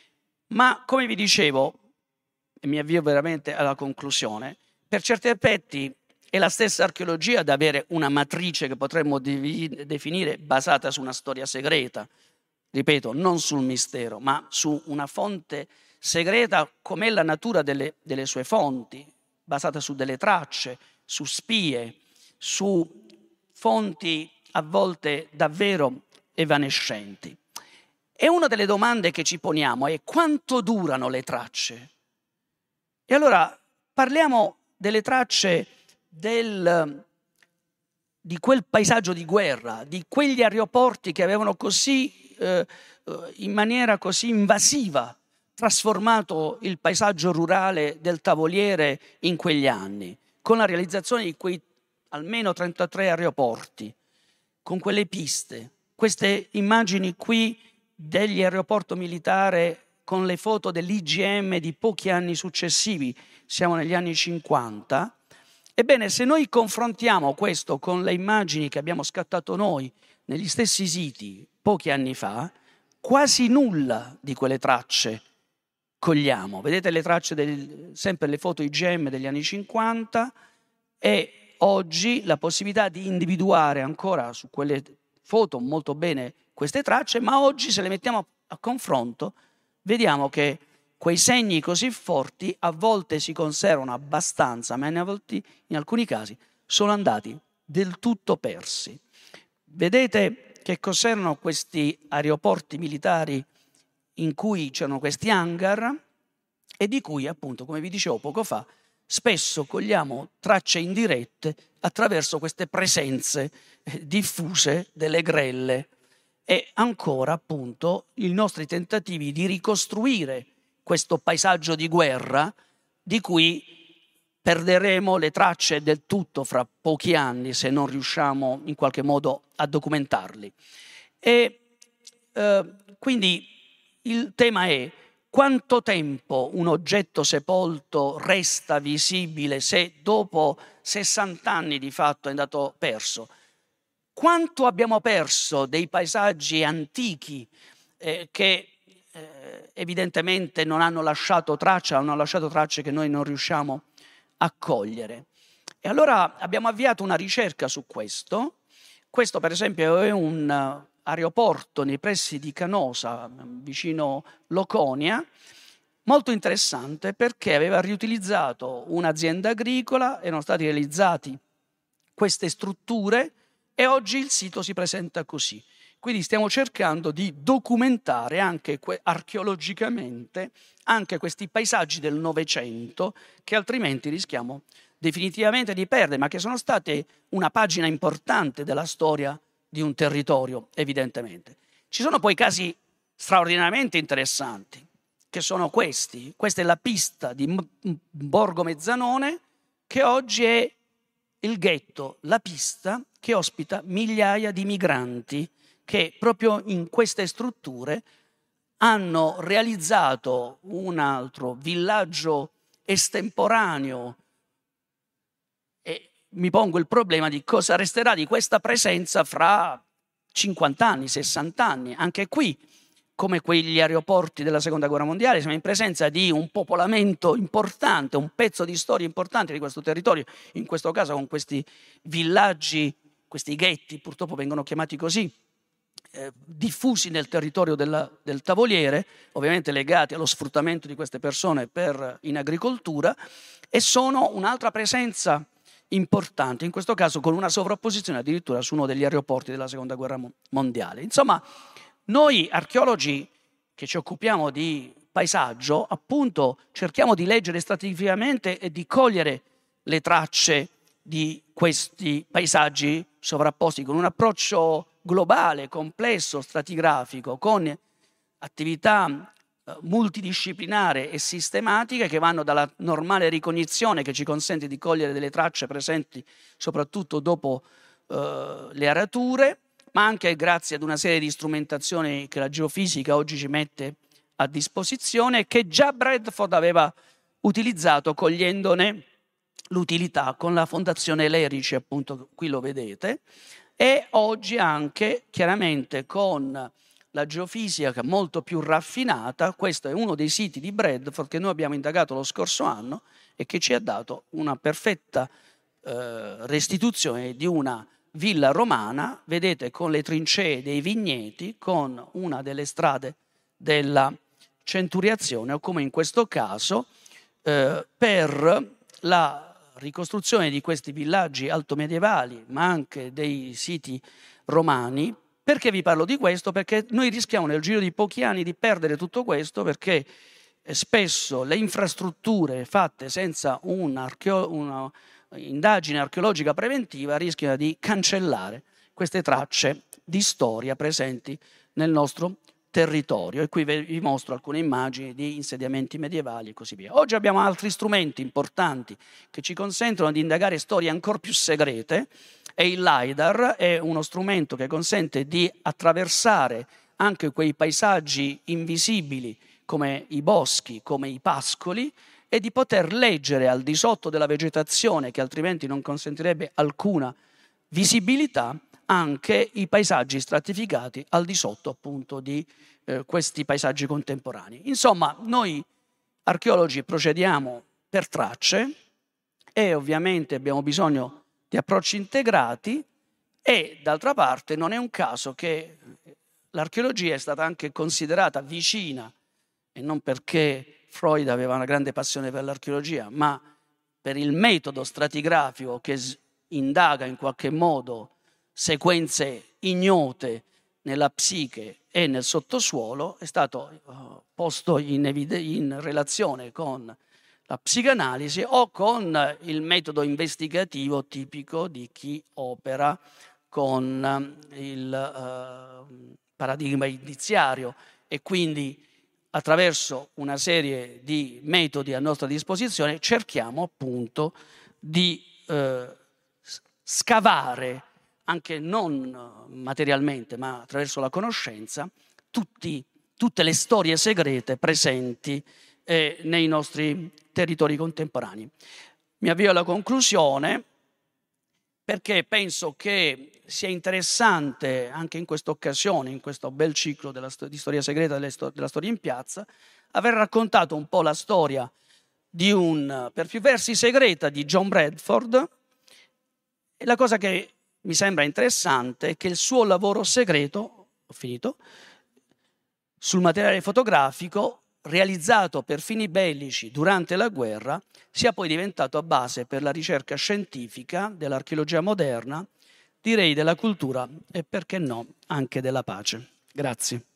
ma come vi dicevo, e mi avvio veramente alla conclusione, per certi aspetti è la stessa archeologia ad avere una matrice che potremmo definire basata su una storia segreta, ripeto, non sul mistero, ma su una fonte segreta com'è la natura delle, delle sue fonti, basata su delle tracce, su spie, su fonti a volte davvero evanescenti. E una delle domande che ci poniamo è: quanto durano le tracce? E allora parliamo delle tracce del, di quel paesaggio di guerra, di quegli aeroporti che avevano così, eh, in maniera così invasiva, trasformato il paesaggio rurale del Tavoliere in quegli anni, con la realizzazione di quei almeno trentatré aeroporti, con quelle piste, queste immagini qui degli aeroporti militari con le foto dell'I G M di pochi anni successivi, siamo negli anni cinquanta. Ebbene, se noi confrontiamo questo con le immagini che abbiamo scattato noi negli stessi siti pochi anni fa, quasi nulla di quelle tracce cogliamo. Vedete le tracce, del, sempre le foto I G M degli anni cinquanta, e oggi la possibilità di individuare ancora su quelle foto molto bene queste tracce, ma oggi se le mettiamo a confronto vediamo che quei segni così forti a volte si conservano abbastanza, ma in, volte, in alcuni casi sono andati del tutto persi. Vedete che cos'erano questi aeroporti militari in cui c'erano questi hangar e di cui, appunto, come vi dicevo poco fa, spesso cogliamo tracce indirette attraverso queste presenze diffuse delle grelle e ancora, appunto, i nostri tentativi di ricostruire questo paesaggio di guerra di cui perderemo le tracce del tutto fra pochi anni se non riusciamo in qualche modo a documentarli. E eh, quindi il tema è: quanto tempo un oggetto sepolto resta visibile se dopo sessanta anni di fatto è andato perso? Quanto abbiamo perso dei paesaggi antichi eh, che eh, evidentemente non hanno lasciato traccia, hanno lasciato tracce che noi non riusciamo a cogliere? E allora abbiamo avviato una ricerca su questo. Questo per esempio è un aeroporto nei pressi di Canosa, vicino Loconia, molto interessante perché aveva riutilizzato un'azienda agricola, erano stati realizzati queste strutture e oggi il sito si presenta così. Quindi stiamo cercando di documentare anche archeologicamente anche questi paesaggi del Novecento che altrimenti rischiamo definitivamente di perdere, ma che sono state una pagina importante della storia di un territorio, evidentemente. Ci sono poi casi straordinariamente interessanti, che sono questi. Questa è la pista di Borgo Mezzanone, che oggi è il ghetto, la pista che ospita migliaia di migranti che proprio in queste strutture hanno realizzato un altro villaggio estemporaneo. E mi pongo il problema di cosa resterà di questa presenza fra cinquanta anni, sessanta anni. Anche qui, come quegli aeroporti della Seconda Guerra Mondiale, siamo in presenza di un popolamento importante, un pezzo di storia importante di questo territorio, in questo caso con questi villaggi, questi ghetti, purtroppo vengono chiamati così, eh, diffusi nel territorio della, del Tavoliere, ovviamente legati allo sfruttamento di queste persone per, in agricoltura, e sono un'altra presenza importante, in questo caso con una sovrapposizione addirittura su uno degli aeroporti della Seconda Guerra Mondiale. Insomma, noi archeologi che ci occupiamo di paesaggio, appunto, cerchiamo di leggere stratificamente e di cogliere le tracce di questi paesaggi sovrapposti con un approccio globale, complesso, stratigrafico, con attività multidisciplinare e sistematiche che vanno dalla normale ricognizione che ci consente di cogliere delle tracce presenti soprattutto dopo eh, le arature, ma anche grazie ad una serie di strumentazioni che la geofisica oggi ci mette a disposizione e che già Bradford aveva utilizzato cogliendone l'utilità con la Fondazione Lerici, appunto qui lo vedete, e oggi anche chiaramente con la geofisica molto più raffinata. Questo è uno dei siti di Bradford che noi abbiamo indagato lo scorso anno e che ci ha dato una perfetta eh, restituzione di una villa romana, vedete, con le trincee dei vigneti, con una delle strade della centuriazione, o come in questo caso eh, per la ricostruzione di questi villaggi altomedievali, ma anche dei siti romani. Perché vi parlo di questo? Perché noi rischiamo nel giro di pochi anni di perdere tutto questo, perché spesso le infrastrutture fatte senza un'indagine archeologica preventiva rischiano di cancellare queste tracce di storia presenti nel nostro territorio. E qui vi mostro alcune immagini di insediamenti medievali e così via. Oggi abbiamo altri strumenti importanti che ci consentono di indagare storie ancora più segrete, e il LiDAR è uno strumento che consente di attraversare anche quei paesaggi invisibili come i boschi, come i pascoli, e di poter leggere al di sotto della vegetazione, che altrimenti non consentirebbe alcuna visibilità, anche i paesaggi stratificati al di sotto appunto di eh, questi paesaggi contemporanei. Insomma, noi archeologi procediamo per tracce e ovviamente abbiamo bisogno di approcci integrati, e d'altra parte non è un caso che l'archeologia è stata anche considerata vicina, e non perché Freud aveva una grande passione per l'archeologia, ma per il metodo stratigrafico che indaga in qualche modo sequenze ignote nella psiche e nel sottosuolo, è stato uh, posto in, evide- in relazione con la psicanalisi o con il metodo investigativo tipico di chi opera con uh, il uh, paradigma indiziario, e quindi attraverso una serie di metodi a nostra disposizione cerchiamo appunto di uh, scavare, anche non materialmente, ma attraverso la conoscenza, tutti, tutte le storie segrete presenti eh, nei nostri territori contemporanei. Mi avvio alla conclusione perché penso che sia interessante anche in questa occasione, in questo bel ciclo della sto- di storia segreta delle sto- della storia in piazza, aver raccontato un po' la storia di un, per più versi segreta, di John Bradford. E la cosa che mi sembra interessante è che il suo lavoro segreto, ho finito, sul materiale fotografico realizzato per fini bellici durante la guerra, sia poi diventato a base per la ricerca scientifica dell'archeologia moderna, direi della cultura e perché no anche della pace. Grazie.